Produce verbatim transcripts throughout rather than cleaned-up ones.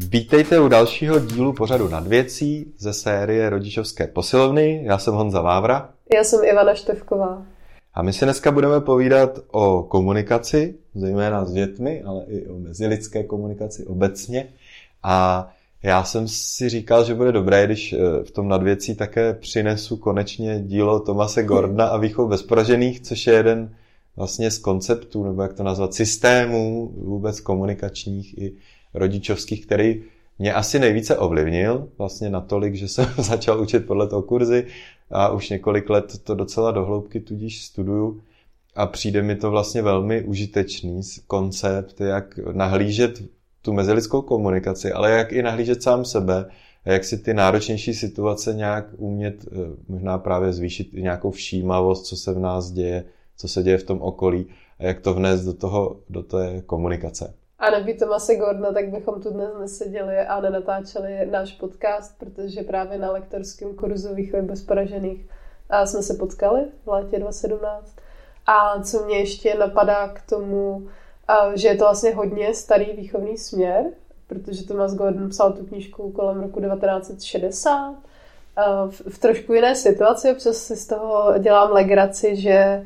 Vítejte u dalšího dílu pořadu Nad věcí ze série Rodičovské posilovny. Já jsem Honza Vávra. Já jsem Ivana Števková. A my si dneska budeme povídat o komunikaci, zejména s dětmi, ale i o mezilidské komunikaci obecně. A já jsem si říkal, že bude dobré, když v tom Nad věcí také přinesu konečně dílo Thomase Gordona a Výchova bezporažených, což je jeden vlastně z konceptů, nebo jak to nazvat, systémů vůbec komunikačních i rodičovských, který mě asi nejvíce ovlivnil, vlastně natolik, že jsem začal učit podle toho kurzy a už několik let to docela dohloubky tudíž studuju a přijde mi to vlastně velmi užitečný koncept, jak nahlížet tu mezilidskou komunikaci, ale jak i nahlížet sám sebe a jak si ty náročnější situace nějak umět, možná právě zvýšit nějakou všímavost, co se v nás děje, co se děje v tom okolí a jak to vnést do toho, do té komunikace. A nebýt Thomase Gordona, tak bychom tu dnes neseděli a nenatáčeli náš podcast, protože právě na lektorském kurzu Výchovy bezporažených jsme se potkali v létě dva tisíce sedmnáct. A co mě ještě napadá k tomu, že je to vlastně hodně starý výchovný směr, protože Thomas Gordon psal tu knížku kolem roku devatenáct set šedesát. V trošku jiné situaci, občas si z toho dělám legraci, že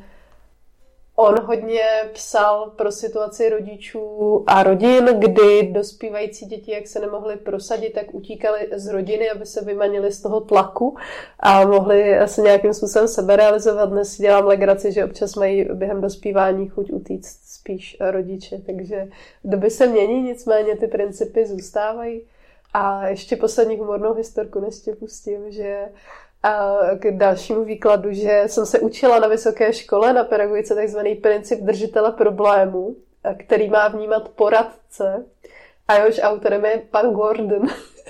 on hodně psal pro situaci rodičů a rodin, kdy dospívající děti, jak se nemohli prosadit, tak utíkali z rodiny, aby se vymanili z toho tlaku a mohli se nějakým způsobem seberealizovat. Dnes si dělám legraci, že občas mají během dospívání chuť utíct spíš rodiče, takže doby se mění, nicméně ty principy zůstávají. A ještě poslední humornou historku neště pustím, že a k dalšímu výkladu, že jsem se učila na vysoké škole na pedagogice takzvaný princip držitele problému, který má vnímat poradce a jehož autorem je pan Gordon.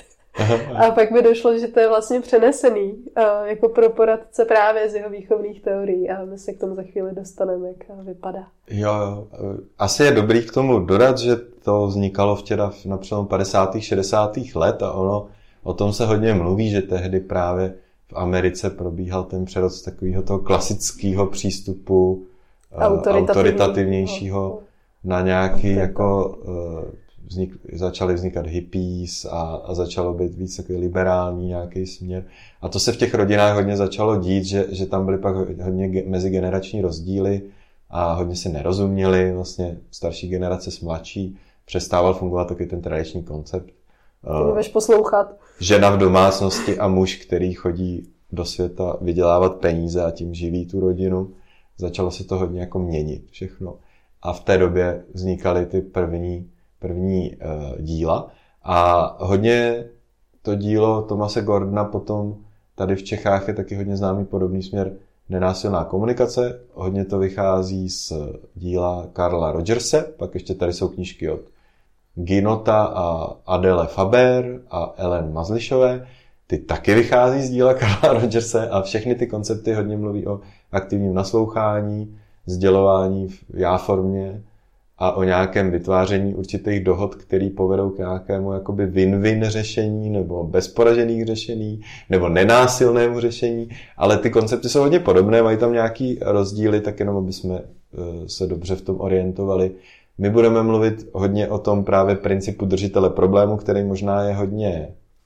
A pak mi došlo, že to je vlastně přenesený jako pro poradce právě z jeho výchovných teorií a my se k tomu za chvíli dostaneme, jak vypadá. Jo, asi je dobrý k tomu dodat, že to vznikalo včera na přelomu padesátých šedesátých let a ono o tom se hodně mluví, že tehdy právě v Americe probíhal ten přerod z takového toho klasického přístupu Autoritativní. autoritativnějšího na nějaký jako vznik, začaly vznikat hippies a, a začalo být víc takový liberální nějaký směr. A to se v těch rodinách hodně začalo dít, že, že tam byly pak hodně mezigenerační rozdíly a hodně si nerozuměli, vlastně starší generace s mladší, přestával fungovat takový ten tradiční koncept. Ty budeš poslouchat. Žena v domácnosti a muž, který chodí do světa vydělávat peníze a tím živí tu rodinu. Začalo se to hodně jako měnit všechno. A v té době vznikaly ty první, první uh, díla. A hodně to dílo Thomase Gordona potom tady v Čechách je taky hodně známý podobný směr nenásilná komunikace. Hodně to vychází z díla Carla Rogerse. Pak ještě tady jsou knížky od Ginota a Adele Faber a Ellen Mazlišové. Ty taky vychází z díla Carla Rogerse a všechny ty koncepty hodně mluví o aktivním naslouchání, sdělování v já formě a o nějakém vytváření určitých dohod, které povedou k nějakému jakoby win-win řešení nebo bezporažených řešení nebo nenásilnému řešení, ale ty koncepty jsou hodně podobné, mají tam nějaký rozdíly, tak jenom aby jsme se dobře v tom orientovali. My budeme mluvit hodně o tom právě principu držitele problému, který možná je hodně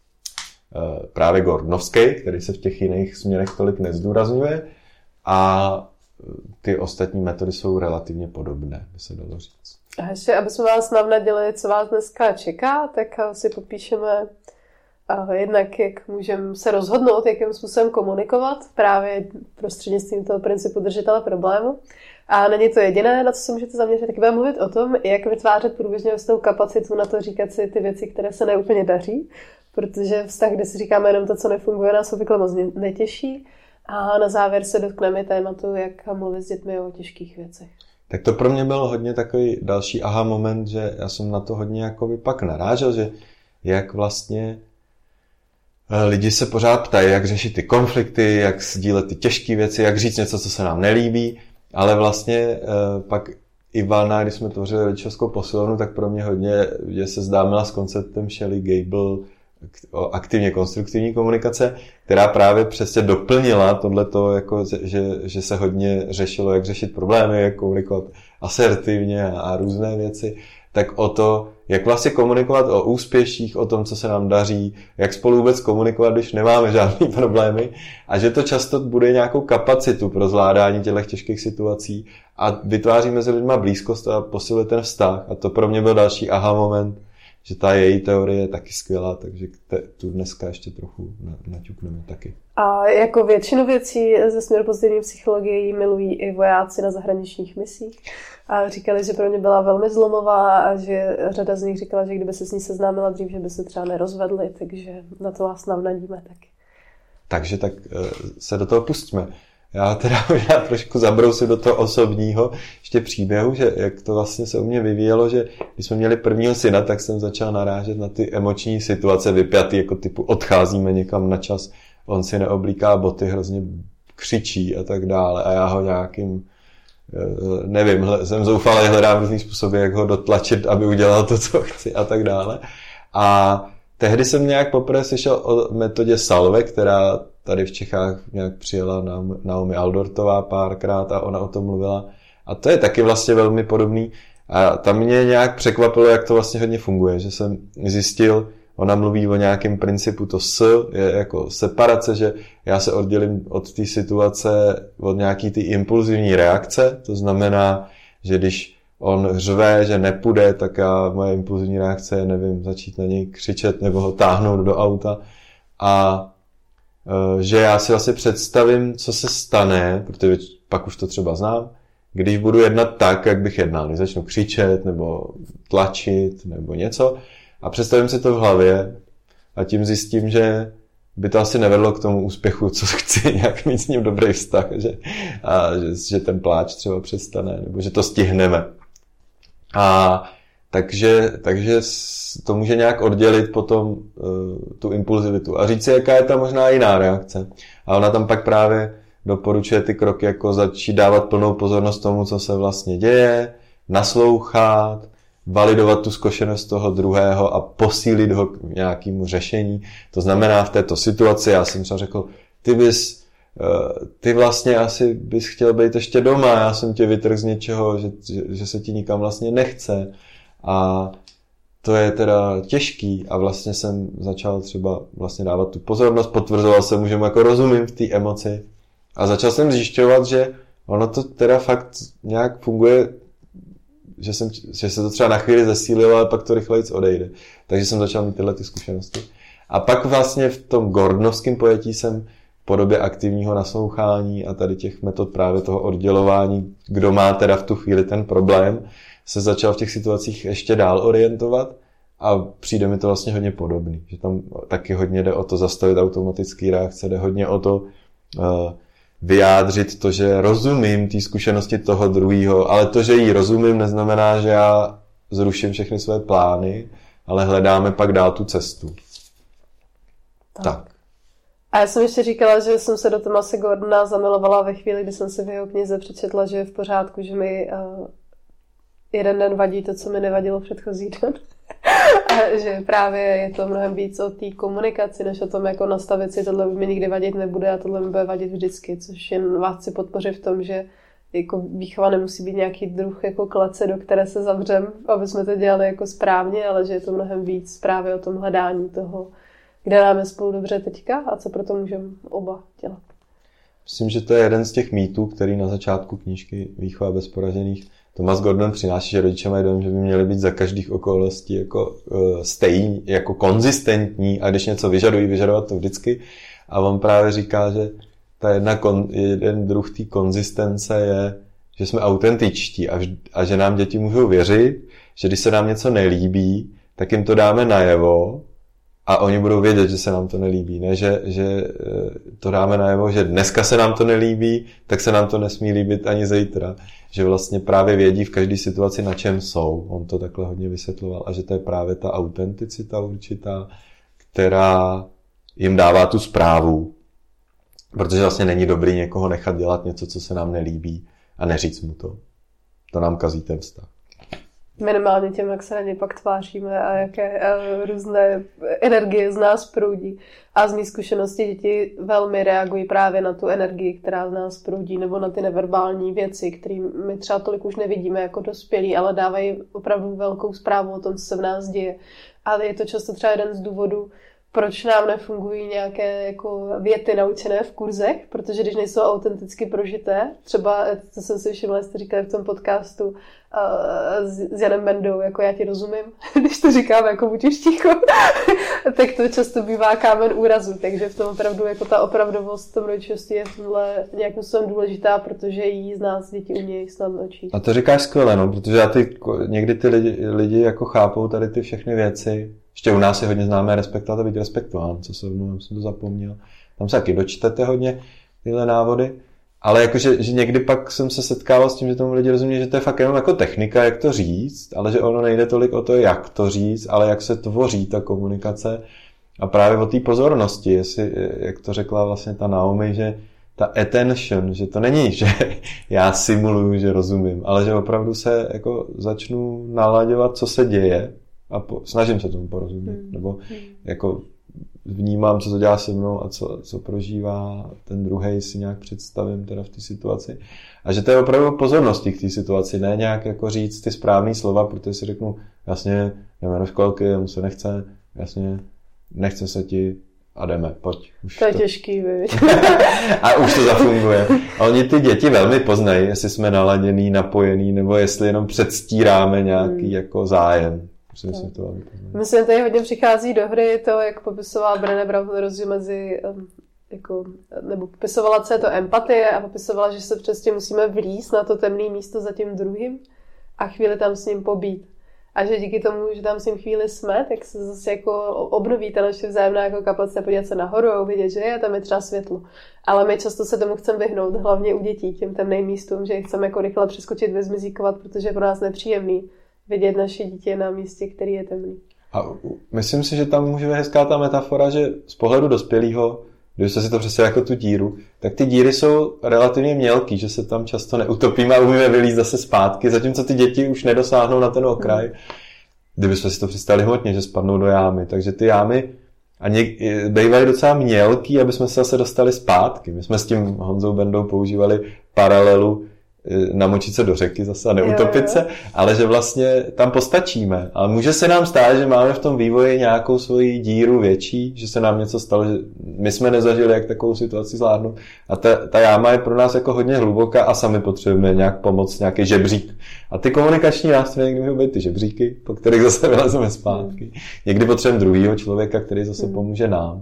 uh, právě gordonovský, který se v těch jiných směrech tolik nezdůrazňuje a ty ostatní metody jsou relativně podobné, by se dalo říct. A ještě, aby jsme vás navnadili, co vás dneska čeká, tak si popíšeme uh, jednak, jak můžeme se rozhodnout, jakým způsobem komunikovat právě prostřednictvím toho principu držitele problému. A není to jediné, na co se můžete zaměřit, taky budeme mluvit o tom, jak vytvářet průběžně tou kapacitu na to říkat si ty věci, které se neúplně daří, protože vztah, kde si říkáme jenom to, co nefunguje, nás obvykle moc netěší. A na závěr se dotkneme tématu, jak mluvit s dětmi o těžkých věcech. Tak to pro mě byl hodně takový další aha moment, že já jsem na to hodně jakoby pak narážel, že jak vlastně lidi se pořád ptají, jak řešit ty konflikty, jak sdílet ty těžké věci, jak říct něco, co se nám nelíbí. Ale vlastně e, pak Ivana, když jsme tvořili rodičovskou posilovnu, tak pro mě hodně že se zdámila s konceptem Shelley Gable o aktivně konstruktivní komunikace, která právě přesně doplnila tohleto, jako, že, že se hodně řešilo, jak řešit problémy, jak komunikovat asertivně a, a různé věci, tak o to, jak vlastně komunikovat o úspěších, o tom, co se nám daří, jak spolu vůbec komunikovat, když nemáme žádný problémy a že to často bude nějakou kapacitu pro zvládání těchto těžkých situací a vytváří mezi lidma blízkost a posiluje ten vztah. A to pro mě byl další aha moment, že ta její teorie je taky skvělá, takže tu dneska ještě trochu naťukneme taky. A jako většinu věcí ze směru pozitivní psychologie milují i vojáci na zahraničních misích. A říkali, že pro ně byla velmi zlomová a že řada z nich říkala, že kdyby se s ní seznámila dřív, že by se třeba nerozvedli, takže na to vás navnadíme taky. Takže tak se do toho pustíme. Já teda já trošku zabrousím do toho osobního ještě příběhu, že jak to vlastně se u mě vyvíjelo, že když jsme měli prvního syna, tak jsem začal narážet na ty emoční situace vypjatý, jako typu odcházíme někam na čas, on si neoblíká boty, hrozně křičí a tak dále a já ho nějakým nevím, jsem zoufalý, hledám různý způsoby, jak ho dotlačit, aby udělal to, co chci a tak dále. A tehdy jsem nějak poprvé slyšel o metodě Salve, která tady v Čechách nějak přijela Naomi Aldortová párkrát a ona o tom mluvila. A to je taky vlastně velmi podobný. A tam mě nějak překvapilo, jak to vlastně hodně funguje, že jsem zjistil, ona mluví o nějakém principu, to s je jako separace, že já se oddělím od té situace, od nějaký ty impulzivní reakce, to znamená, že když on řve, že nepůjde, tak já, moje impulzivní reakce je, nevím, začít na něj křičet nebo ho táhnout do auta a že já si vlastně představím, co se stane, protože pak už to třeba znám, když budu jednat tak, jak bych jednal, když začnu křičet nebo tlačit nebo něco a představím si to v hlavě a tím zjistím, že by to asi nevedlo k tomu úspěchu, co chci, nějak mít s ním dobrý vztah, že, a že, že ten pláč třeba přestane, nebo že to stihneme. A takže, takže to může nějak oddělit potom uh, tu impulzivitu a říct si, jaká je ta možná jiná reakce. A ona tam pak právě doporučuje ty kroky, jako začít dávat plnou pozornost tomu, co se vlastně děje, naslouchat, validovat tu zkušenost toho druhého a posílit ho k nějakému řešení. To znamená v této situaci, já jsem třeba řekl, ty bys, ty vlastně asi bys chtěl být ještě doma, já jsem tě vytrhl z něčeho, že, že, že se ti nikam vlastně nechce a to je teda těžký a vlastně jsem začal třeba vlastně dávat tu pozornost, potvrzoval jsem mu, že mu jako rozumím v té emoci a začal jsem zjišťovat, že ono to teda fakt nějak funguje, že, jsem, že se to třeba na chvíli zesílilo, ale pak to rychlejc odejde. Takže jsem začal mít tyhle ty zkušenosti. A pak vlastně v tom gordnovském pojetí jsem v podobě aktivního naslouchání a tady těch metod právě toho oddělování, kdo má teda v tu chvíli ten problém, se začal v těch situacích ještě dál orientovat a přijde mi to vlastně hodně podobný. Že tam taky hodně jde o to zastavit automatický reakce, jde hodně o to uh, vyjádřit to, že rozumím té zkušenosti toho druhého, ale to, že jí rozumím, neznamená, že já zruším všechny své plány, ale hledáme pak dál tu cestu. Tak. tak. A já jsem ještě říkala, že jsem se do Thomase Gordona zamilovala ve chvíli, kdy jsem si v jeho knize přečetla, že je v pořádku, že mi uh, jeden den vadí to, co mi nevadilo předchozí den. A že právě je to mnohem víc o té komunikaci, než o tom, jako nastavit si, tohle mi nikdy vadit nebude a tohle mi bude vadit vždycky, což jen vás chci podpořit v tom, že jako výchova nemusí být nějaký druh jako klece, do které se zavřem, aby jsme to dělali jako správně, ale že je to mnohem víc právě o tom hledání toho, kde nám je spolu dobře teďka a co pro to můžeme oba dělat. Myslím, že to je jeden z těch mýtů, který na začátku knížky Výchova bez poražených Thomas Gordon přináší, že rodiče mají dojem, že by měli být za každých okolností jako uh, stejní, jako konzistentní a když něco vyžadují, vyžadovat to vždycky. A on právě říká, že ta jedna kon, jeden druh té konzistence je, že jsme autentičtí a, vž, a že nám děti můžou věřit, že když se nám něco nelíbí, tak jim to dáme najevo a oni budou vědět, že se nám to nelíbí. Ne, že, že to dáme najevo, že dneska se nám to nelíbí, tak se nám to nesmí líbit ani zítra. Že vlastně právě vědí v každé situaci, na čem jsou. On to takhle hodně vysvětloval. A že to je právě ta autenticita určitá, která jim dává tu zprávu. Protože vlastně není dobrý někoho nechat dělat něco, co se nám nelíbí a neříct mu to. To nám kazí ten vztah. Minimálně těm, jak se na ně pak tváříme a jaké a různé energie z nás proudí. A z mý zkušenosti děti velmi reagují právě na tu energii, která z nás proudí, nebo na ty neverbální věci, které my třeba tolik už nevidíme jako dospělí, ale dávají opravdu velkou zprávu o tom, co se v nás děje. A je to často třeba jeden z důvodů, proč nám nefungují nějaké jako věty naučené v kurzech, protože když nejsou autenticky prožité, třeba, to jsem si všimla, jste říkali v tom podcastu uh, s, s Janem Bendou, jako já ti rozumím, když to říkám jako buď ticho, tak to často bývá kámen úrazu, takže v tom opravdu jako ta opravdovost v tom rodičovství je v tomhle nějakým způsobem důležitá, protože jí z nás děti umějí snadno číst. A to říkáš skvěle, no, protože já ty, někdy ty lidi, lidi jako chápou tady ty všechny věci. Ještě u nás je hodně známé respektovat a být respektován, co se mnou, jsem to zapomněl. Tam se taky dočtete hodně tyhle návody, ale jakože, že někdy pak jsem se setkával s tím, že tomu lidi rozumí, že to je fakt jenom jako technika, jak to říct, ale že ono nejde tolik o to, jak to říct, ale jak se tvoří ta komunikace a právě o té pozornosti, jestli, jak to řekla vlastně ta Naomi, že ta attention, že to není, že já simuluju, že rozumím, ale že opravdu se jako začnu nalaďovat, co se děje, a po, snažím se tomu porozumět, hmm. nebo hmm. jako vnímám, co to dělá se mnou a co, co prožívá ten druhej, si nějak představím teda v té situaci. A že to je opravdu pozorností k té situaci, ne nějak jako říct ty správné slova, protože si řeknu, jasně, jdeme do školky, mu se nechce, jasně, nechce se ti a jdeme, pojď. Už to je to... těžký, víš. A už to zafunguje. A oni ty děti velmi poznají, jestli jsme naladěný, napojený, nebo jestli jenom předstíráme nějaký hmm. jako zájem. Myslím, to Myslím, že tady hodně přichází do hry to, jak popisovala Brené Brown rozdíl mezi, jako, nebo popisovala, co je to empatie a popisovala, že se přesně musíme vlízt na to temné místo za tím druhým a chvíli tam s ním pobít. A že díky tomu, že tam s ním chvíli jsme, tak se zase jako obnoví ta naše vzájemná jako kapacita podívat se nahoru a uvidět, že je tam je třeba světlo. Ale my často se tomu chceme vyhnout, hlavně u dětí, těm temným místům, že chceme jako rychle přeskočit, vyzmizíkovat, protože je pro nás nepříjemný vidět naše dítě na místě, který je temný. A myslím si, že tam může být hezká ta metafora, že z pohledu dospělého, když se si to představuje jako tu díru, tak ty díry jsou relativně mělký, že se tam často neutopíme a umíme vylízt zase zpátky, zatímco ty děti už nedosáhnou na ten okraj. Hmm. Kdybychom si to představili hmotně, že spadnou do jámy. Takže ty jámy a něk- bývají docela mělký, aby jsme se zase dostali zpátky. My jsme s tím Honzou Bendou používali paralelu namočit se do řeky zase a neutopit se, ale že vlastně tam postačíme. Ale může se nám stát, že máme v tom vývoji nějakou svoji díru větší, že se nám něco stalo, že my jsme nezažili, jak takovou situaci zvládnout. A ta, ta jáma je pro nás jako hodně hluboká a sami potřebujeme nějak pomoct, nějaký žebřík. A ty komunikační nástroje někdy můžou být ty žebříky, po kterých zase vylezeme zpátky. Někdy potřebujeme druhýho člověka, který zase pomůže nám.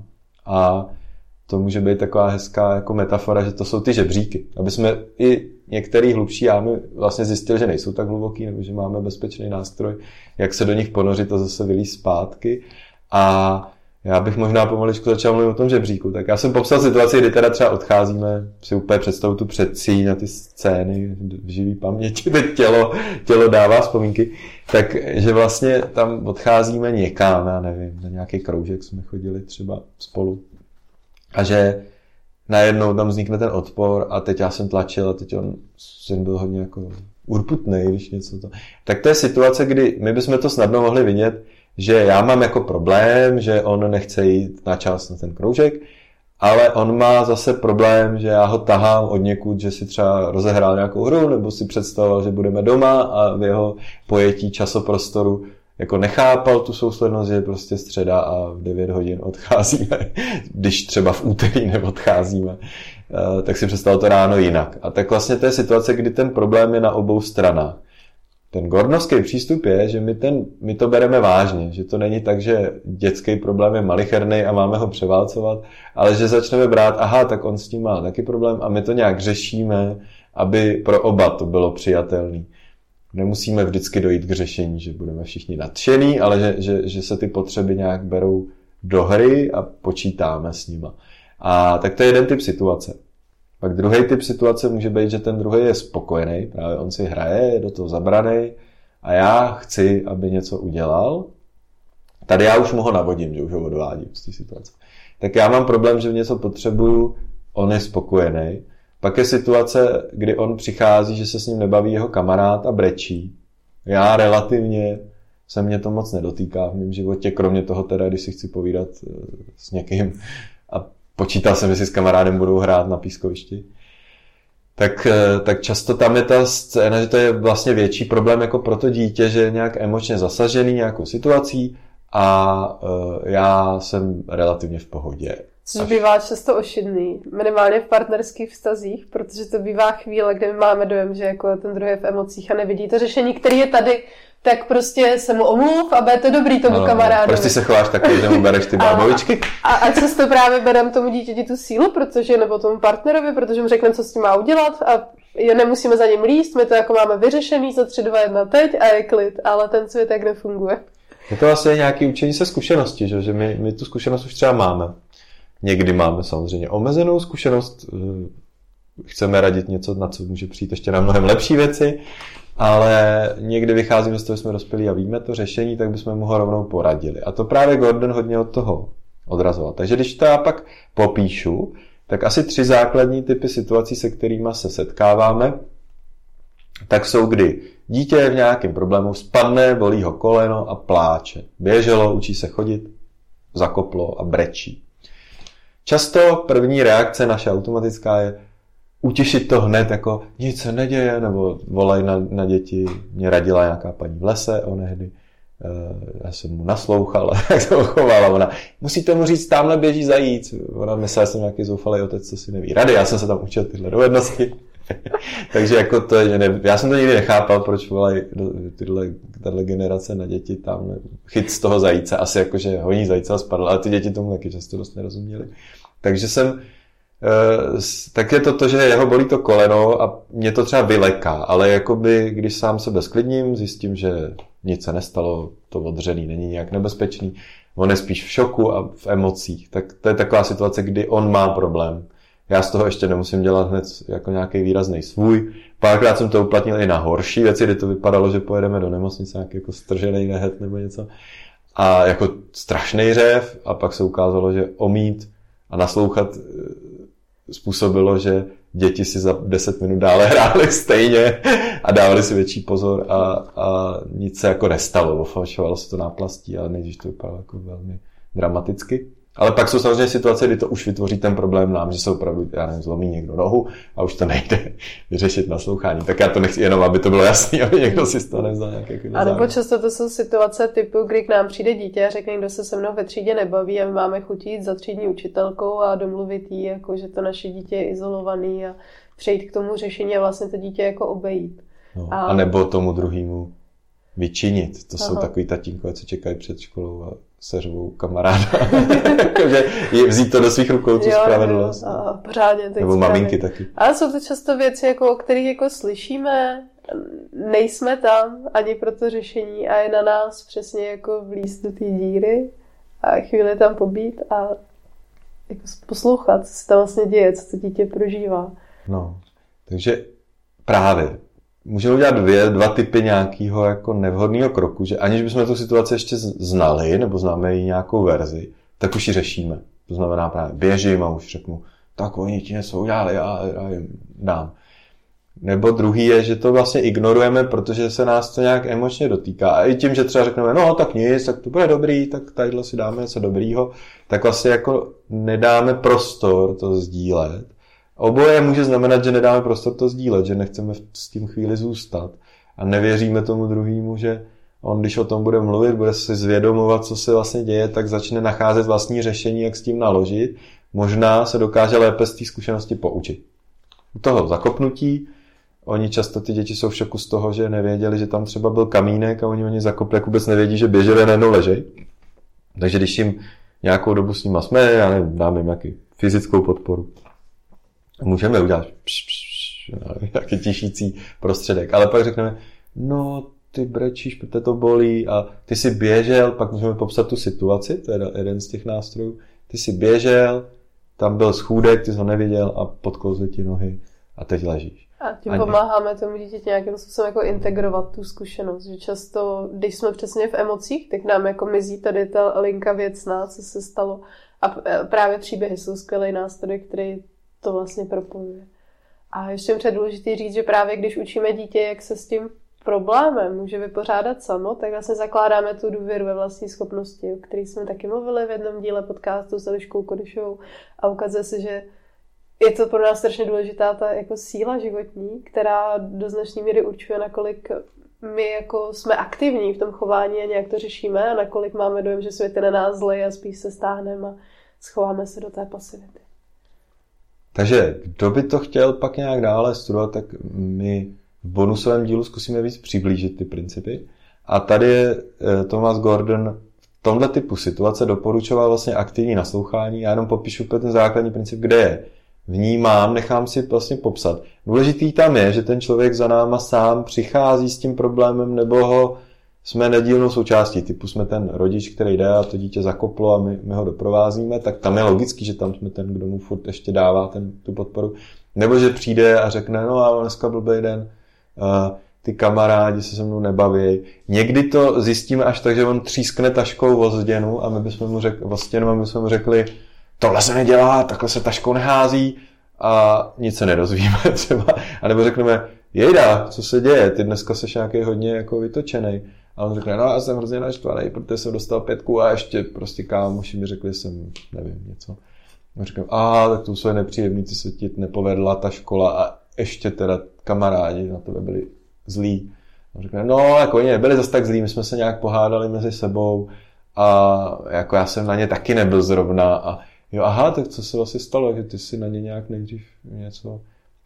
A to může být taková hezká jako metafora, že to jsou ty žebříky. Aby jsme i některý hlubší jámy vlastně zjistili, že nejsou tak hluboký, nebo že máme bezpečný nástroj, jak se do nich ponořit a zase vylízt zpátky. A já bych možná pomaličku začal mluvit o tom žebříku. Tak já jsem popsal situaci, kdy teda třeba odcházíme, si úplně představu tu předsíň a ty scény v živý paměti, teď tělo, tělo dává vzpomínky. Takže vlastně tam odcházíme někam, já nevím, na nějaký kroužek jsme chodili třeba spolu. A že najednou tam vznikne ten odpor a teď já jsem tlačil a teď on byl hodně jako urputnej, když něco to. Tak to je situace, kdy my bychom to snadno mohli vidět, že já mám jako problém, že on nechce jít na čas na ten kroužek, ale on má zase problém, že já ho tahám od někud, že si třeba rozehrál nějakou hru nebo si představoval, že budeme doma a v jeho pojetí časoprostoru jako nechápal tu souslednost, že je prostě středa a v devět hodin odcházíme, když třeba v úterý neodcházíme, tak si představil to ráno jinak. A tak vlastně to je situace, kdy ten problém je na obou stranách. Ten gordnovský přístup je, že my, ten, my to bereme vážně, že to není tak, že dětský problém je malicherný a máme ho převálcovat, ale že začneme brát, aha, tak on s tím má taky problém a my to nějak řešíme, aby pro oba to bylo přijatelné. Nemusíme vždycky dojít k řešení, že budeme všichni nadšení, ale že, že, že se ty potřeby nějak berou do hry a počítáme s nima. A tak to je jeden typ situace. Pak druhý typ situace může být, že ten druhý je spokojený, právě on si hraje, je do toho zabraný a já chci, aby něco udělal. Tady já už mu ho navodím, že už ho odvádím z té situace. Tak já mám problém, že něco potřebuju, on je spokojený. Pak je situace, kdy on přichází, že se s ním nebaví jeho kamarád a brečí. Já relativně se mě to moc nedotýká v mém životě, kromě toho teda, když si chci povídat s někým a počítal jsem, že si s kamarádem budou hrát na pískovišti. Tak, tak často tam je ta scéna, že to je vlastně větší problém jako pro to dítě, že je nějak emočně zasažený nějakou situací a uh, já jsem relativně v pohodě. Což Až... bývá často ošidný, minimálně v partnerských vztazích, protože to bývá chvíle, kde my máme dojem, že jako ten druhý je v emocích a nevidí to řešení, který je tady, tak prostě se mu omluv a bude to dobrý tomu no, kamarádovi. Prostě se chováš takový, že mu bereš ty bábovičky. A, a, a často právě bereme tomu dítěti tu sílu, protože, nebo tomu partnerovi, protože mu řekneme, co s tím má udělat a je, nemusíme za ním líst, my to jako máme vyřešený za tři, dva, jedna teď a je klid, ale ten svět tak nefunguje. Je to vlastně nějaké učení se zkušenosti, že, že my, my tu zkušenost už třeba máme. Někdy máme samozřejmě omezenou zkušenost, chceme radit něco, na co může přijít ještě na mnohem lepší věci, ale někdy vycházíme z toho, že jsme dospělí a víme to řešení, tak bychom mu ho rovnou poradili. A to právě Gordon hodně od toho odrazoval. Takže když to já pak popíšu, tak asi tři základní typy situací, se kterými se setkáváme, tak jsou, kdy dítě je v nějakém problému, spadne, bolí ho koleno a pláče. Běželo, učí se chodit, zakoplo a brečí. Často první reakce naše automatická je utěšit to hned, jako nic se neděje, nebo volej na, na děti. Mě radila nějaká paní v lese onehdy. Já jsem mu naslouchal, jak se ho chovala. Ona, musíte mu říct, tamhle běží zajíc. Ona myslela, že jsem nějaký zoufalý otec, co si neví rady. Já jsem se tam učil tyhle dovednosti. Takže jako to je, ne, já jsem to nikdy nechápal, proč volají tyhle, tato generace na děti tam chyt z toho zajíce, asi jako, že honí zajíce a spadl, ale ty děti tomu taky často dost nerozuměli. Takže jsem, tak je to to, že jeho bolí to koleno a mě to třeba vyleká, ale jakoby, když sám sebe sklidním, zjistím, že nic se nestalo, to odřený není nějak nebezpečný, on je spíš v šoku a v emocích, tak to je taková situace, kdy on má problém. Já z toho ještě nemusím dělat hned jako nějaký výrazný svůj. Párkrát jsem to uplatnil i na horší věci, kdy to vypadalo, že pojedeme do nemocnice, nějaký jako stržený nehet nebo něco. A jako strašný řev a pak se ukázalo, že omít a naslouchat způsobilo, že děti si za deset minut dále hrály stejně a dávali si větší pozor a, a nic se jako nestalo. Ofalšovalo se to náplastí, ale nejdřív to vypadalo jako velmi dramaticky. Ale pak jsou samozřejmě situace, kdy to už vytvoří ten problém nám, že se opravdu, já nevím, zlomí někdo nohu a už to nejde vyřešit naslouchání. Tak já to nechci jenom, aby to bylo jasný, aby někdo si z toho nevzal nějaké jako A nebo často to jsou situace typu, kdy k nám přijde dítě a řekne, kdo se se mnou ve třídě nebaví a my máme chuť jít za třídní učitelkou a domluvit jí, jako, že to naše dítě je izolovaný a přejít k tomu řešení a vlastně to dítě jako obejít. No, a... a nebo tomu druhému vyčinit. To Aha. jsou takový tatínkové, co čekají před školou a seřvou kamaráda. Takže vzít to do svých rukou, tu spravedlnost. A pořádně. Nebo maminky taky. Ale jsou to často věci, jako, o kterých jako slyšíme, nejsme tam ani pro to řešení a je na nás přesně jako vlízt do té díry a chvíli tam pobít a jako poslouchat, co se tam vlastně děje, co to dítě prožívá. No, takže právě můžeme udělat dvě, dva typy nějakého jako nevhodného kroku, že aniž bychom tu situaci ještě znali, nebo známe i nějakou verzi, tak už ji řešíme. To znamená právě běžím a už řeknu, tak oni ti něco udělali, já, já jim dám. Nebo druhý je, že to vlastně ignorujeme, protože se nás to nějak emočně dotýká. A i tím, že třeba řekneme, no tak nic, tak to bude dobrý, tak tadyhle si dáme něco dobrýho, tak vlastně jako nedáme prostor to sdílet. Oboje může znamenat, že nedáme prostor to sdílet, že nechceme s tím chvíli zůstat a nevěříme tomu druhému, že on, když o tom bude mluvit, bude si zvědomovat, co se vlastně děje, tak začne nacházet vlastní řešení, jak s tím naložit. Možná se dokáže lépe z té zkušenosti poučit. U toho zakopnutí, oni často, ty děti jsou v šoku z toho, že nevěděli, že tam třeba byl kamínek a oni oni zakopli, jak vůbec nevědí, že běželi a najednou ležej. Takže když jim nějakou dobu s nima jsme, já nevím, dáme jim nějaký fyzickou podporu. Můžeme udělat pš, pš, nějaký tišící prostředek, ale pak řekneme, no ty brečíš, protože to bolí a ty si běžel, pak můžeme popsat tu situaci, to je jeden z těch nástrojů, ty si běžel, tam byl schůdek, ty jsi ho neviděl a podklouzly ti nohy a teď ležíš. A tím a pomáháme tomu dítěti nějakým způsobem jako integrovat tu zkušenost, že často, když jsme přesně v emocích, tak nám jako mizí tady ta linka věcná, co se stalo a právě příběhy jsou skvělý nástroj, který to vlastně propojuje. A ještě je důležité říct, že právě když učíme dítě, jak se s tím problémem může vypořádat samo, tak vlastně zakládáme tu důvěru ve vlastní schopnosti, o které jsme taky mluvili v jednom díle podcastu s Eliškou Kodyšovou a ukazuje se, že je to pro nás strašně důležitá ta jako síla životní, která do značné míry určuje, nakolik my jako jsme aktivní v tom chování a nějak to řešíme a nakolik máme dojem, že svět je na nás zlej a spíš se stáhneme a schováme se do té pasivity. Takže kdo by to chtěl pak nějak dále studovat, tak my v bonusovém dílu zkusíme víc přiblížit ty principy. A tady je Thomas Gordon v tomhle typu situace doporučoval vlastně aktivní naslouchání. Já jenom popíšu ten základní princip, kde je. Vnímám, nechám si vlastně popsat. Důležitý tam je, že ten člověk za náma sám přichází s tím problémem, nebo ho jsme nedílnou součástí. Typu jsme ten rodič, který jde a to dítě zakoplo a my, my ho doprovázíme, tak tam je logický, že tam jsme ten, kdo mu furt ještě dává ten, tu podporu. Nebo že přijde a řekne, no a dneska blbej den, uh, ty kamarádi se se mnou nebaví. Někdy to zjistíme až tak, že on třískne taškou o zděnu a my bychom mu řekli, o stěnu a my bychom mu řekli, tohle se nedělá, takhle se taškou nehází a nic se nedozvíme třeba. A nebo řekneme, jejda, co se děje, ty dneska seš nějaký hodně jako vytočenej. A on řekne, no já jsem hrozně naštvaný, protože jsem dostal pětku a ještě prostě kámoši mi řekli, že jsem, nevím, něco. A řekne, a tak to jsou nepříjemný, ty se ti nepovedla ta škola a ještě teda kamarádi na tebe byli zlí. A řekne, no jako oni nebyli zase tak zlí, my jsme se nějak pohádali mezi sebou a jako já jsem na ně taky nebyl zrovna a jo, aha, tak co se vlastně stalo, že ty si na ně nějak nejdřív něco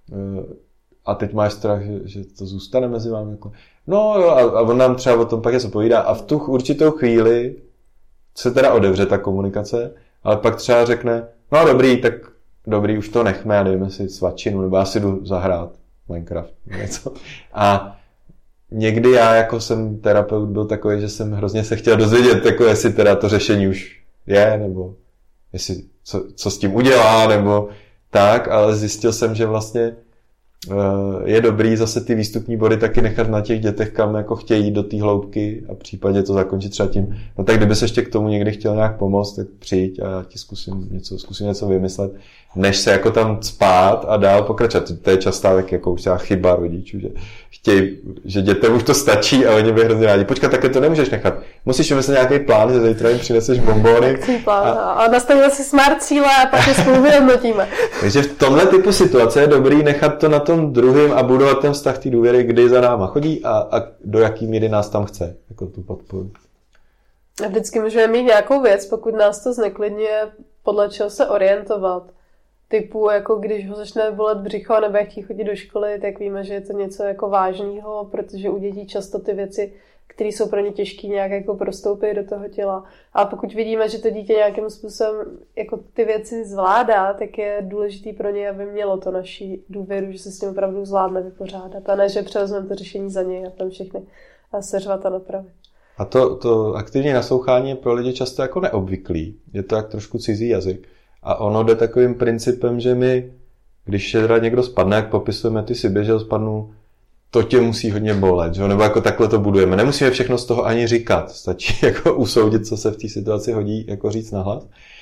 a teď máš strach, že, že to zůstane mezi vámi. Jako. No jo, a, a on nám třeba o tom pak něco povídá a v tu určitou chvíli se teda odevře ta komunikace, ale pak třeba řekne, no dobrý, tak dobrý, už to nechme a dejme si svačinu, nebo já si jdu zahrát Minecraft, něco. A někdy já jako jsem terapeut byl takový, že jsem hrozně se chtěl dozvědět, jako jestli teda to řešení už je, nebo jestli co, co s tím udělá, nebo tak, ale zjistil jsem, že vlastně je dobrý zase ty výstupní body taky nechat na těch dětech, kam jako chtějí jít do té hloubky a případně to zakončit třeba tím, no tak kdyby se ještě k tomu někdy chtěl nějak pomoct, tak přijď a já ti zkusím něco, zkusím něco vymyslet, než se jako tam spát a dál pokračovat. To je častá tak jako už chyba rodičů, že chtějí, že dětem už to stačí a oni by hrozně rádi. Počkat, také to nemůžeš nechat. Musíš vymyslet nějaký plán, že zítra jim přineseš bonbony. Plán, a, a nastavil si smart cíle a pak je spolu vyhodnotíme. Takže v tomhle typu situace je dobrý nechat to na tom druhém a budovat ten vztah té důvěry, kdy za náma chodí a, a do jaký míry nás tam chce, jako tu podporu. A vždycky můžeme mít nějakou věc, pokud nás to zneklidňuje, podle čeho se orientovat. Typu, jako když ho začne bolet břicho nebo jak chtí chodit do školy, tak víme, že je to něco jako vážného, protože u dětí často ty věci, které jsou pro ně těžké, nějak jako prostoupí do toho těla. A pokud vidíme, že to dítě nějakým způsobem jako ty věci zvládá, tak je důležitý pro ně, aby mělo to naší důvěru, že se s tím opravdu zvládne vypořádat. A ne, že převezmeme to řešení za něj a tam všechny seřvat a napravit. A to, to aktivní naslouchání je pro lidi často jako neobvyklý. Je to jak trošku cizí jazyk. A ono jde takovým principem, že my, když teda někdo spadne, jak popisujeme, ty si běžel, spadnu, to tě musí hodně bolet, že? Nebo jako takhle to budujeme. Nemusíme všechno z toho ani říkat, stačí jako usoudit, co se v té situaci hodí, jako říct nahlas.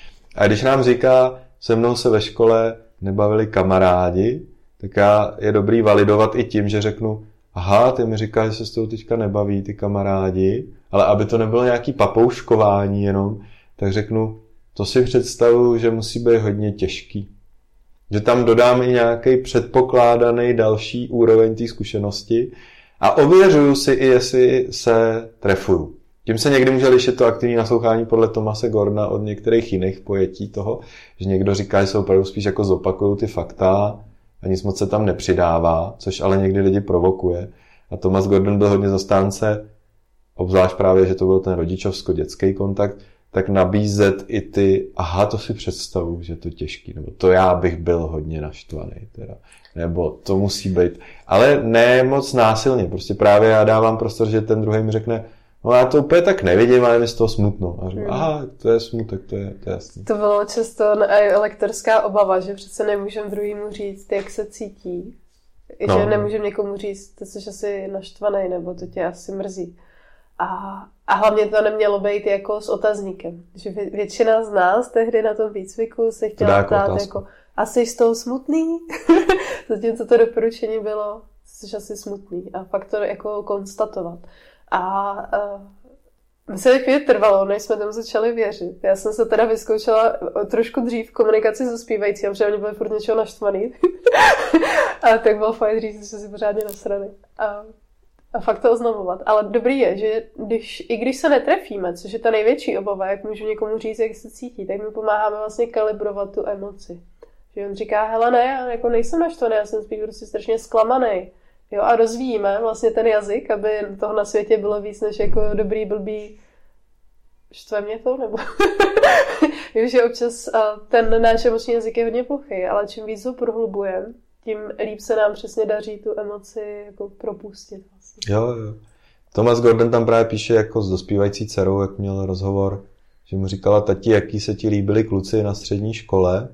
A když nám říká, se mnou se ve škole nebavili kamarádi, tak já je dobrý validovat i tím, že řeknu, aha, ty mi říkáš, že se s tou teďka nebaví ty kamarádi, ale aby to nebylo nějaký papouškování jenom, tak řeknu, to si představuji, že musí být hodně těžký. Že tam dodám i nějaký předpokládaný další úroveň té zkušenosti a ověřuju si i, jestli se trefuju. Tím se někdy může lišit to aktivní naslouchání podle Thomase Gordona od některých jiných pojetí toho, že někdo říká, že se opravdu spíš jako zopakují ty fakta a nic moc se tam nepřidává, což ale někdy lidi provokuje. A Thomas Gordon byl hodně zastánce, obzvlášť právě, že to byl ten rodičovsko-dětský kontakt, tak nabízet i ty, aha, to si představuji, že to je těžký, nebo to já bych byl hodně naštvaný, teda. Nebo to musí být. Ale ne moc násilně, prostě právě já dávám prostor, že ten druhý mi řekne, no já to úplně tak nevidím, ale mi z toho smutno. A řeknu, aha, to je smutek, to je, to je jasný. To bylo často lektorská obava, že přece nemůžeme druhýmu říct, jak se cítí. No. Že nemůžeme někomu říct, ty jsi asi naštvaný, nebo to tě asi mrzí. A, a hlavně to nemělo být jako s otazníkem. Že vě, většina z nás tehdy na tom výcviku se chtěla ptát jako, a jsi z toho smutný? Zatímco to doporučení bylo, jsi asi smutný a fakt to jako konstatovat. A, a mi se chvíli trvalo, než jsme tomu začali věřit. Já jsem se teda vyzkoušela trošku dřív v komunikaci se zpívající, protože oni byli furt něčeho naštvaný. A tak bylo fajn říct, že si pořádně nasrali. A, a fakt to oznamovat. Ale dobrý je, že když, i když se netrefíme, což je ta největší obava, jak můžu někomu říct, jak se cítí, tak my pomáháme vlastně kalibrovat tu emoci. Že on říká, hele ne, já jako nejsem naštvaný, já jsem spíš prostě strašně zklamaný. Jo, a rozvíjíme vlastně ten jazyk, aby toho na světě bylo víc než jako dobrý, blbý, štve mě to, nebo vím, že občas ten náš emoční jazyk je hodně plochý, ale čím víc ho prohlubujeme, tím líp se nám přesně daří tu emoci jako propustit. Vlastně. Jo, jo. Thomas Gordon tam právě píše jako s dospívající dcerou, jak měl rozhovor, že mu říkala tati, jaký se ti líbili kluci na střední škole.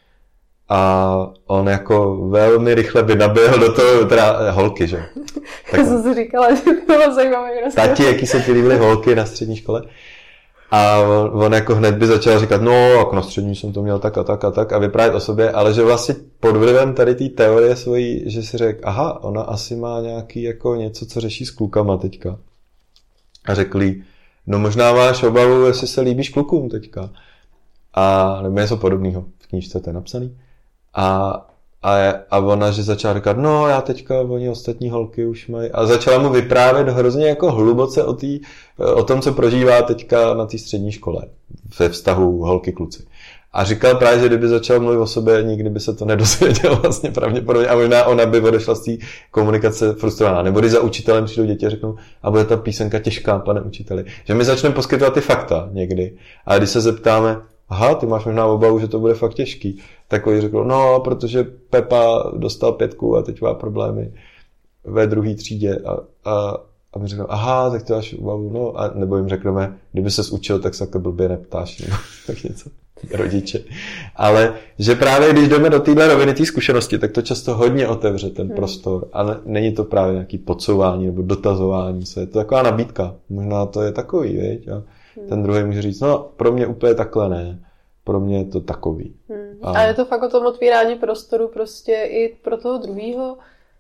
A on jako velmi rychle by naběhl do toho, teda holky, že? Tak já jsem si říkala, že to bylo zajímavé. Tati, jaký se ti líbily holky na střední škole? A on, on jako hned by začal říkat, no, jako na střední jsem to měl tak a tak a tak a vyprávět o sobě, ale že vlastně pod vlivem tady té teorie svojí, že si řekl, aha, ona asi má nějaký jako něco, co řeší s klukama teďka. A řekli, no možná máš obavu, jestli se líbíš klukům teďka. A nebo něco podobného, v knížce to je napsaný. A, a, a ona, že začala říkat, no já teďka, oni ostatní holky už mají. A začala mu vyprávět hrozně jako hluboce o, tý, o tom, co prožívá teďka na té střední škole. Ve vztahu holky-kluci. A říkal právě, že kdyby začal mluvit o sobě, nikdy by se to nedozvěděl vlastně pravděpodobně. A možná ona by odešla z té komunikace frustrovaná. Nebo když za učitelem přijdou děti a řeknou, a bude ta písenka těžká, pane učiteli. Že my začneme poskytovat ty fakta někdy. A když se zeptáme, aha, ty máš možná obavu, že to bude fakt těžký. Tak oni řekl, no, protože Pepa dostal pětku a teď má problémy ve druhé třídě. A, a, a my řekneme, aha, tak ty máš obavu, no. A nebo jim řekneme, kdyby ses učil, tak se takhle blbě neptáš. Nebo tak něco. Rodiče. Ale že právě když jdeme do téhle roviny té zkušenosti, tak to často hodně otevře ten hmm. prostor. A ne, není to právě nějaký podsouvání nebo dotazování se. Je to taková nabídka. Možná to je takový, viď? A ten druhý může říct, no pro mě úplně takhle ne. Pro mě je to takový. Hmm. A... a je to fakt o tom otvírání prostoru prostě i pro toho druhýho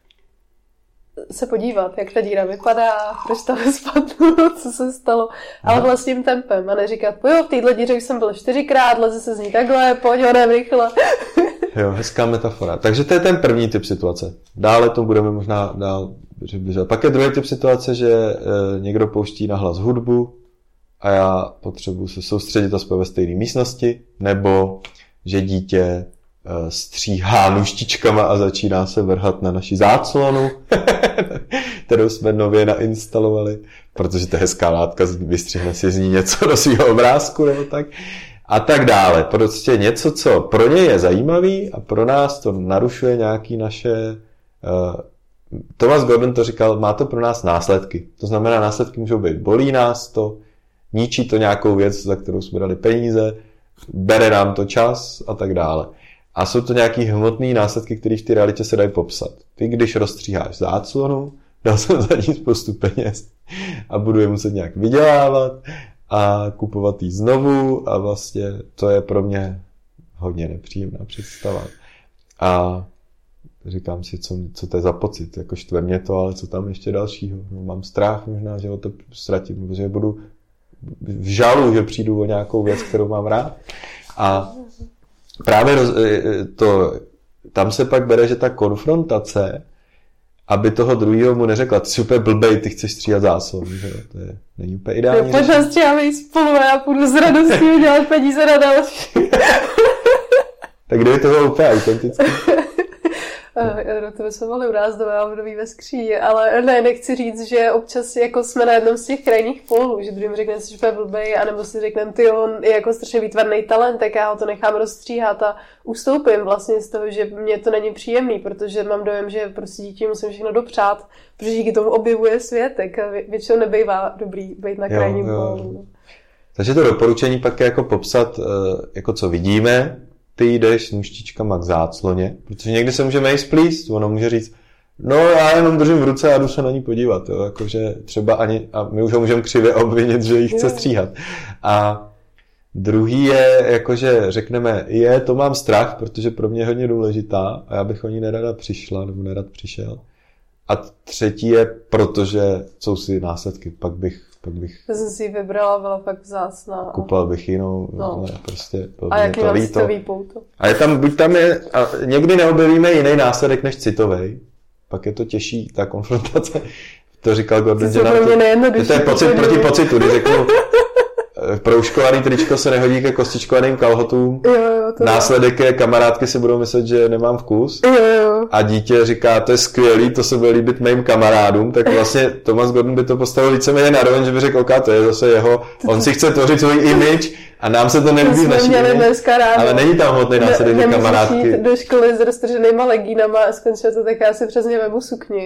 se podívat, jak ta díra vypadá, proč tam spadlo, co se stalo, ale no. vlastním tempem a neříkat, jo, v téhle díře už jsem byl čtyřikrát, leze se z ní takhle, pojď honem rychle. Jo, hezká metafora. Takže to je ten první typ situace. Dále to budeme možná dál přibližovat. Pak je druhý typ situace, že e, někdo pouští nahlas hudbu a já potřebuji se soustředit aspoň ve stejné místnosti, nebo že dítě stříhá nůžtičkama a začíná se vrhat na naši záclonu, kterou jsme nově nainstalovali, protože to je hezká látka, vystřihne si z ní něco do svého obrázku nebo tak. A tak dále. Prostě něco, co pro ně je zajímavý a pro nás to narušuje nějaký naše... Uh, Thomas Gordon to říkal, má to pro nás následky. To znamená, následky můžou být, bolí nás to, ničí to nějakou věc, za kterou jsme dali peníze, bere nám to čas a tak dále. A jsou to nějaký hmotný následky, které v té realitě se dají popsat. Ty, když rozstříháš záclonu, dal jsem za ní spoustu peněz a budu je muset nějak vydělávat a kupovat jí znovu a vlastně to je pro mě hodně nepříjemná představa. A říkám si, co, co to je za pocit, jako štve mě to, ale co tam ještě dalšího. No, mám strach možná, že o to ztratím, protože budu v žalu, že přijdu o nějakou věc, kterou mám rád. A právě roz, to, tam se pak bere, že ta konfrontace, aby toho druhého mu neřekla, ty jsi úplně blbej, ty chceš stříhat zásob, že jo, to je, není úplně ideální. Pojď nás stříháme jí spolu a já půjdu s radostí udělat peníze na další. Tak kdyby to bylo úplně autentické. No, to bychom mohli u nás doma období ve skříni, ale ne, nechci říct, že občas jako jsme na jednom z těch krajních polů, že druhým řekneme si, že je blbej, anebo si řekneme, ty on je jako strašně výtvarný talent, tak já ho to nechám rozstříhat a ustoupím vlastně z toho, že mě to není příjemný, protože mám dojem, že prostě dítě musím všechno dopřát, protože díky tomu objevuje svět, tak většinou nebejvá dobrý být na krajním polu. Takže to doporučení pak je jako popsat, jako co vidíme, ty jdeš s nůžtičkama k zácloně, protože někdy se můžeme jí splíst, ono může říct, no já jenom držím v ruce a jdu se na ní podívat, jo, jakože třeba ani, a my už ho můžeme křivě obvinit, že ji chce stříhat. A druhý je, jakože řekneme, je, to mám strach, protože pro mě je hodně důležitá a já bych o ní nerada přišla, nebo nerad přišel. A třetí je, protože jsou si následky. Pak bych, pak bych... To jsem si vybrala, byla fakt vzácná. Kupoval bych jinou, no. Ale prostě... A jaký mám citový pouto? A je tam, buď tam je, a někdy neobjevíme jiný následek než citovej, pak je to těžší, ta konfrontace. To říkal Gordon, že nám to, to je pocit proti pocitu, když řeknu, proužkovaný tričko se nehodí ke kostičkovaným kalhotům, jo, jo, následek je, kamarádky si budou myslet, že nemám vkus, jo, jo. A dítě říká, to je skvělý, to se bude líbit mým kamarádům, tak vlastně Thomas Gordon by to postavil víceméně na roveň, že by řekl, ok, to je zase jeho, on si chce tvořit svůj image a nám se to nelíbí v naší image, ale není tam hmotný následek, že kamarádky. Nemusíš jít do školy s roztrženýma legínama a skončilo to tak, já si přesně vemu sukni.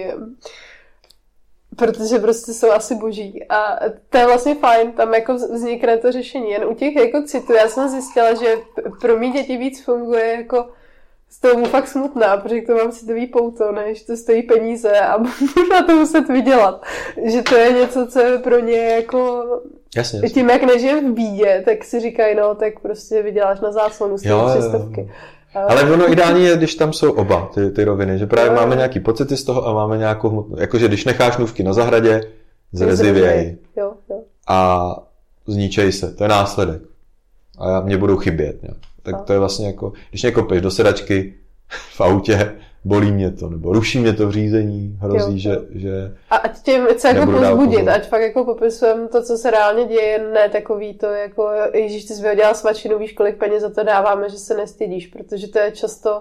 Protože prostě jsou asi boží. A to je vlastně fajn, tam jako vznikne to řešení. Jen u těch jako citů, já jsem zjistila, že pro mý děti víc funguje jako z toho mu fakt smutná, protože to mám citový pouto, než to stojí peníze a budu na to muset vydělat. Že to je něco, co je pro ně jako... Jasně, jasně. Tím, jak nežijem v bídě, tak si říkají, no, tak prostě vyděláš na záclonu z těch přestovky. Ale ono ideální je, když tam jsou oba ty, ty roviny, že právě máme nějaký pocity z toho a máme nějakou hmotnou, jakože když necháš nůžky na zahradě, zrezivěj jo, jo. a zničej se, to je následek a já, mě budou chybět. Ne? Tak a. To je vlastně jako, když mě kopeš do sedačky v autě, bolí mě to, nebo ruší mě to v řízení, hrozí, jo, že, jo. že a ať tím chce jako pozbudit, ať fakt jako popisujem to, co se reálně děje, ne takový to, jako ježíš, ty jsi vyhodila svačinu, víš, kolik peněz za to dáváme, že se nestydíš, protože to je často,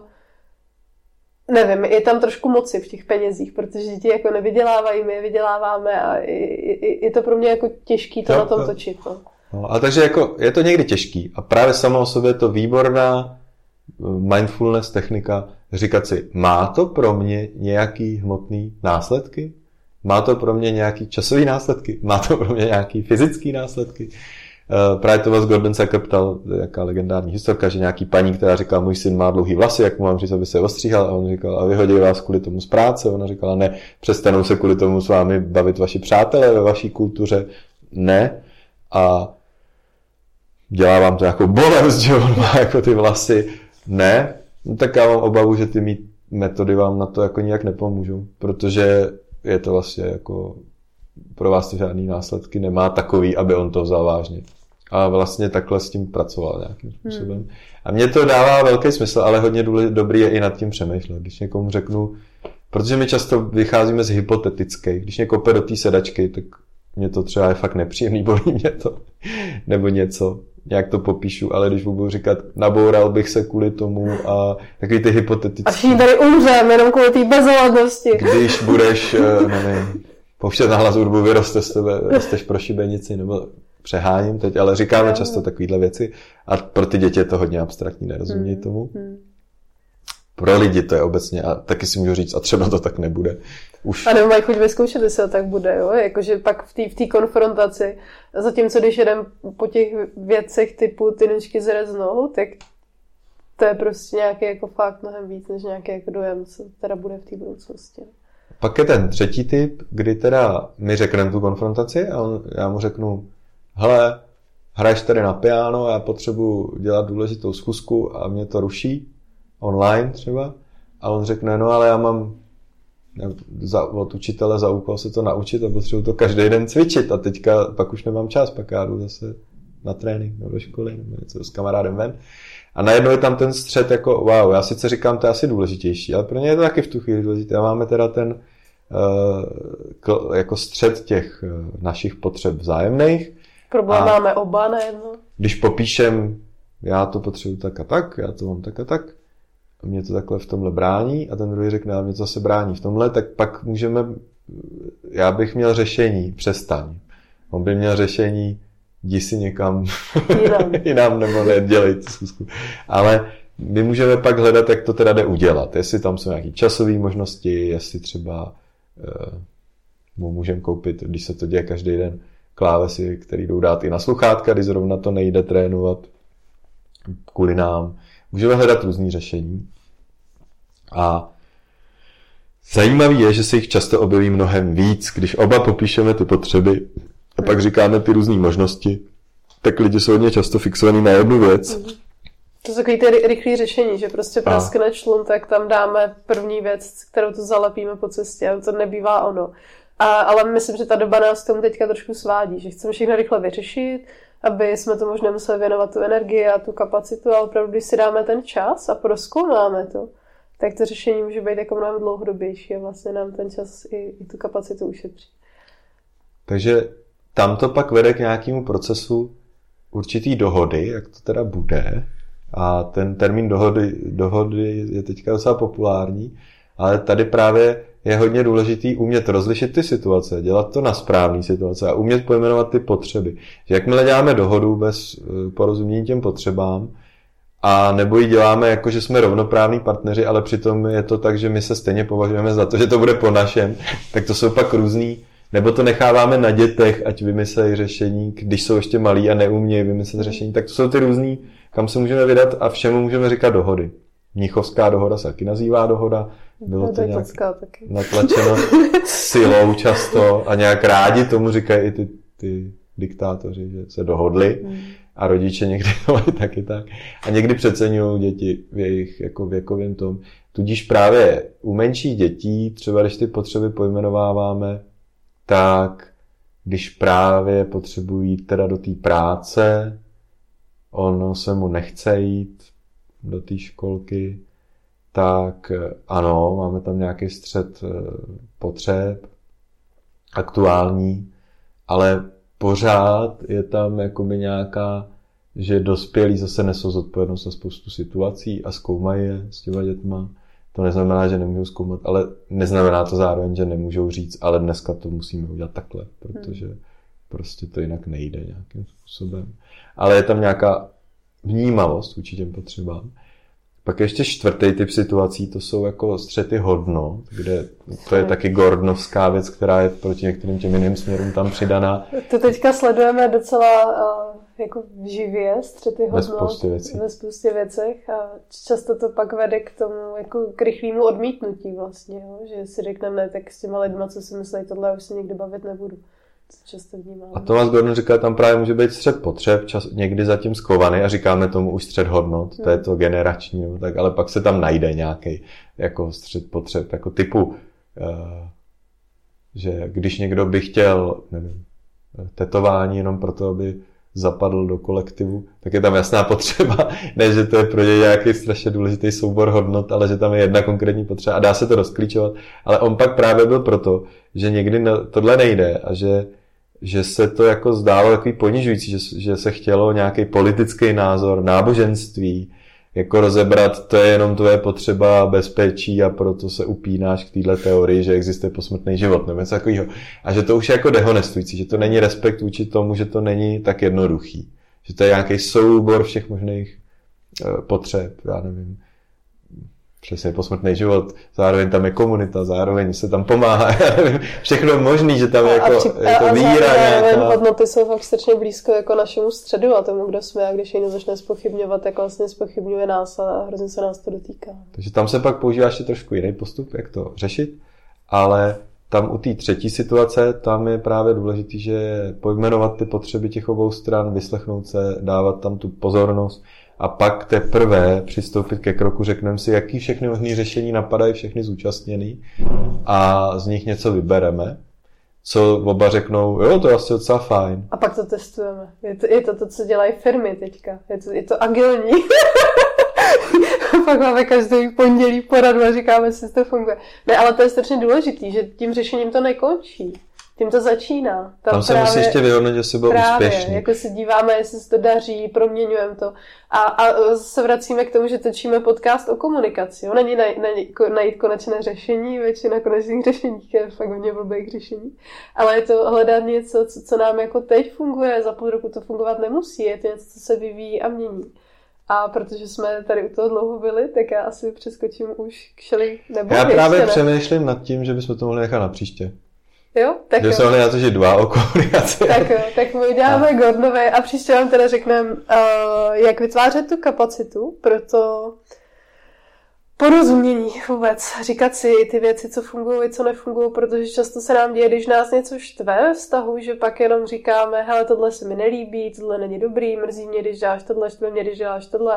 nevím, je tam trošku moci v těch penězích, protože děti jako nevydělávají, my je vyděláváme a je, je to pro mě jako těžký to jo, na tom jo. točit. No. No, a takže jako je to někdy těžký a právě samo o sobě je to výborná mindfulness technika, říkat si, má to pro mě nějaký hmotný následky? Má to pro mě nějaký časový následky? Má to pro mě nějaký fyzický následky? Uh, právě to vás Gordon se ptal, jaká legendární historka, že nějaký paní, která říkala, můj syn má dlouhý vlasy, jak mu mám říct, aby se ostříhal, a on říkal, a vyhodí vás kvůli tomu z práce? Ona říkala, ne, přestanou se kvůli tomu s vámi bavit vaši přátelé ve vaší kultuře? Ne. A dělá vám to jako bolest, že on má jako ty vlasy? Ne, no tak já mám obavu, že ty mý metody vám na to jako nijak nepomůžou, protože je to vlastně jako pro vás to žádný následky nemá takový, aby on to vzal vážně. A vlastně takhle s tím pracoval nějakým způsobem. Hmm. A mně to dává velký smysl, ale hodně důle, dobrý je i nad tím přemýšlet. Když někomu řeknu, protože my často vycházíme z hypotetických, když mě kope do té sedačky, tak mě to třeba je fakt nepříjemný, bolí mě to, nebo něco. Nějak to popíšu, ale když budu říkat, naboural bych se kvůli tomu a takový ty hypotetický... A všichni tady umřeme, jenom kvůli té bezohlednosti. Když budeš, nevím, pouštět na hlas hudbu, vyroste z tebe, rosteš pro šibenici, nebo přeháním teď, ale říkáme často takovýhle věci a pro ty děti je to hodně abstraktní, nerozumějí hmm. tomu. Hmm. Pro lidi to je obecně, a taky si můžu říct, a třeba to tak nebude. Už. A nebo mají chuť vyzkoušet, jestli to tak bude, jo? Jakože pak v té v té konfrontaci, zatímco když jedem po těch věcech typu ty nožky zreznou, tak to je prostě nějaký jako fakt mnohem víc, než nějaký jako dojem, co teda bude v té budoucnosti. Pak je ten třetí typ, kdy teda my řekneme tu konfrontaci a on, já mu řeknu, hele, hraješ tady na piano, já potřebuji dělat důležitou schůzku a mě to ruší, online třeba, a on řekne, no ale já mám za, od učitele za úkol se to naučit a potřebuji to každý den cvičit a teďka pak už nemám čas, pak já jdu zase na trénink nebo do školy nebo něco s kamarádem ven. A najednou je tam ten střed jako, wow, já sice říkám, to je asi důležitější, ale pro ně je to taky v tu chvíli důležité. A máme teda ten uh, kl, jako střed těch uh, našich potřeb vzájemných. Problém máme oba najednou. Když popíšem, já to potřebuji tak a tak, já to mám tak a tak, a mě to takhle v tomhle brání a ten druhý řekne, a mě to se brání v tomhle, tak pak můžeme, já bych měl řešení, přestaň. On by měl řešení, jdi si někam jinam, jinam nebo nedělej tu zkusku. Ale my můžeme pak hledat, jak to teda jde udělat. Jestli tam jsou nějaké časové možnosti, jestli třeba uh, mu můžeme koupit, když se to děje každý den, klávesy, který jdou dát i na sluchátka, když zrovna to nejde trénovat kvůli nám. Můžeme hledat různý řešení. A zajímavý je, že se jich často objeví mnohem víc, když oba popíšeme ty potřeby a pak říkáme ty různé možnosti, tak lidi jsou hodně často fixovaní na jednu věc To jsou takový ty rychlé řešení, že prostě praskne člun, tak tam dáme první věc, kterou to zalepíme po cestě, a to nebývá ono. A, ale myslím, že ta doba nás tomu teďka trošku svádí, že chceme všechno rychle vyřešit, aby jsme to možná museli věnovat tu energii a tu kapacitu, ale opravdu, když si dáme ten čas a prozkoumáme to, tak to řešení může být jako mnohem dlouhodobější a vlastně nám ten čas i, i tu kapacitu ušetří. Takže tam to pak vede k nějakému procesu určitý dohody, jak to teda bude. A ten termín dohody, dohody je teďka docela populární, ale tady právě je hodně důležitý umět rozlišit ty situace, dělat to na správné situace a umět pojmenovat ty potřeby. Že jakmile děláme dohodu bez porozumění těm potřebám, a nebo ji děláme jako, že jsme rovnoprávní partneři, ale přitom je to tak, že my se stejně považujeme za to, že to bude po našem, tak to jsou pak různý, nebo to necháváme na dětech, ať vymyslejí řešení, když jsou ještě malí a neumějí vymyslet řešení, tak to jsou ty různý, kam se můžeme vydat a všemu můžeme říkat dohody. Mnichovská dohoda se taky nazývá dohoda, bylo to nějak natlačeno silou často a nějak rádi tomu říkají i ty, ty diktátoři, že se dohodli. Hmm. A rodiče někdy to taky tak. A někdy přeceňují děti v jejich jako věkovém tom. Tudíž právě u menších dětí, třeba když ty potřeby pojmenováváme, tak když právě potřebují teda do té práce, ono se mu nechce jít do té školky, tak ano, máme tam nějaký střet potřeb, aktuální, ale pořád je tam jakoby nějaká, že dospělí zase nesou zodpovědnost za spoustu situací a zkoumají je s těma dětma. To neznamená, že nemůžou zkoumat, ale neznamená to zároveň, že nemůžou říct, ale dneska to musíme udělat takhle, protože hmm. prostě to jinak nejde nějakým způsobem. Ale je tam nějaká vnímavost vůči těm potřebám. Pak ještě čtvrtý typ situací, to jsou jako střety hodnot, kde to je taky Gordonovská věc, která je proti některým těm jiným směrům tam přidaná. To teďka sledujeme docela uh, jako živě, střety hodnot. Ve spoustě věcí. Ve spoustě věcech a často to pak vede k tomu, jako k rychlému odmítnutí vlastně, jo? Že si řekneme, ne, tak s těma lidma, co si myslí, tohle už se nikdy bavit nebudu. Často vnímáme. A Thomas Gordon říká, tam právě může být střet potřeb, čas, někdy zatím skovaný a říkáme tomu už střet hodnot, hmm. to je to generační, no, tak, ale pak se tam najde nějaký jako střet potřeb, jako typu, uh, že když někdo by chtěl, nevím, tetování jenom proto, aby zapadl do kolektivu, tak je tam jasná potřeba, ne, že to je pro něj nějaký strašně důležitý soubor hodnot, ale že tam je jedna konkrétní potřeba a dá se to rozklíčovat, ale on pak právě byl proto, že někdy tohle nejde a že že se to jako zdálo takový ponižující, že, že se chtělo nějaký politický názor, náboženství, jako rozebrat, to je jenom tvoje potřeba bezpečí a proto se upínáš k téhle teorii, že existuje posmrtný život, nebo něco takového. A že to už je jako dehonestující, že to není respekt vůči tomu, že to není tak jednoduchý. Že to je nějaký soubor všech možných uh, potřeb, já nevím, přesně posmrtný život, zároveň tam je komunita, zároveň se tam pomáhá, já nevím, všechno možný, že tam je jako, při, jako a víra nějaká. Hodnoty jsou fakt strašně blízko jako našemu středu a tomu, kdo jsme, a když někdo začne zpochybňovat, tak vlastně zpochybňuje nás a hrozně se nás to dotýká. Takže tam se pak používá ještě trošku jiný postup, jak to řešit, ale tam u té třetí situace, tam je právě důležitý, že pojmenovat ty potřeby těch obou stran, vyslechnout se, dávat tam tu pozornost, a pak teprve přistoupit ke kroku, řekneme si, jaký všechny možný řešení napadají všechny zúčastněný a z nich něco vybereme, co oba řeknou, jo, to je asi docela fajn. A pak to testujeme. Je to je to, to co dělají firmy teďka. Je to, je to agilní. Pak máme každý pondělí poradu a říkáme si, že to funguje. Ne, ale to je strašně důležitý, že tím řešením to nekončí. Tím to začíná. Tam, Tam se právě, musí ještě vyhodnotit, že jsi byl právě, úspěšný. Jako se díváme, jestli se to daří, proměňujeme to. A, a se vracíme k tomu, že točíme podcast o komunikaci. Jo? Není naj, naj, najít konečné řešení, většina konečných řešení je fakt hodně blbých řešení. Ale je to hledat něco, co, co nám jako teď funguje, za půl roku to fungovat nemusí. Je to něco, co se vyvíjí a mění. A protože jsme tady u toho dlouho byli, tak já asi přeskočím už k šeli nebo Já právě ne? přemýšlím nad tím, že bychom to mohli nechat na příště. Jo, tak že jo. jsme mohli na to, že dva o komunikaci. Tak jo, tak my uděláme Gordonové a příště vám teda řekneme, uh, jak vytvářet tu kapacitu pro to porozumění vůbec. Říkat si ty věci, co fungují, co nefungují, protože často se nám děje, když nás něco štve ve vztahu, že pak jenom říkáme, hele, tohle se mi nelíbí, tohle není dobrý, mrzí mě, když děláš tohle, štve mě, když děláš tohle a,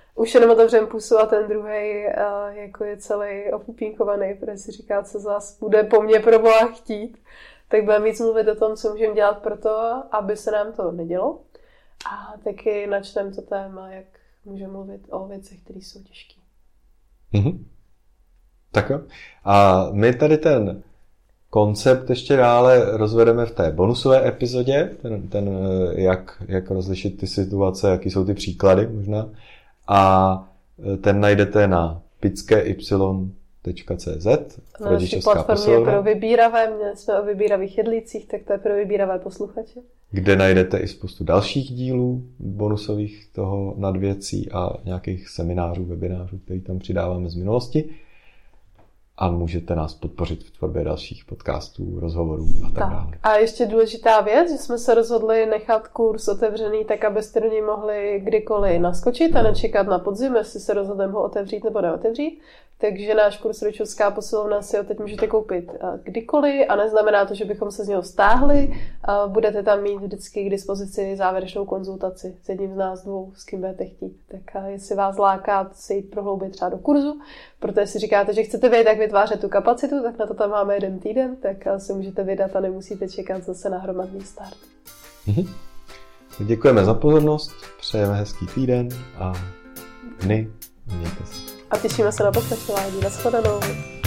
už jenom otevřem pusu a ten druhej uh, jako je celý opupínkovaný, protože si říká, co zás bude po mně pro Boha chtít. Tak budeme víc mluvit o tom, co můžeme dělat pro to, aby se nám to nedělo. A taky načteme to téma, jak můžeme mluvit o věcech, které jsou těžké. Mm-hmm. Tak jo. A my tady ten koncept ještě dále rozvedeme v té bonusové epizodě, ten, ten jak, jak rozlišit ty situace, jaký jsou ty příklady možná. A ten najdete na pickyy tečka cé zet, rodičovská platformě pro vybíravé, měli jsme o vybíravých jedlících, tak to je pro vybíravé posluchače. Kde najdete i spoustu dalších dílů bonusových toho nadvěcí a nějakých seminářů, webinářů, který tam přidáváme z minulosti. A můžete nás podpořit v tvorbě dalších podcastů, rozhovorů a tak, tak dále. A ještě důležitá věc, že jsme se rozhodli nechat kurz otevřený tak, abyste do něj mohli kdykoliv naskočit a nečekat na podzim, jestli se rozhodneme ho otevřít nebo neotevřít. Takže náš kurz Rodičovská posilovna si ho teď můžete koupit kdykoliv a neznamená to, že bychom se z něho stáhli. Budete tam mít vždycky k dispozici závěrečnou konzultaci s jedním z nás dvou, s kým budete chtít. Tak jestli vás láká se jít prohloubit třeba do kurzu, protože si říkáte, že chcete vědět, jak vytvářet tu kapacitu, tak na to tam máme jeden týden, tak se můžete vydat a nemusíte čekat zase na hromadný start. Mhm. Děkujeme za pozornost, přejeme hezký týden a dny. Mějte se. A těšíme se na pokračování. Nashledanou.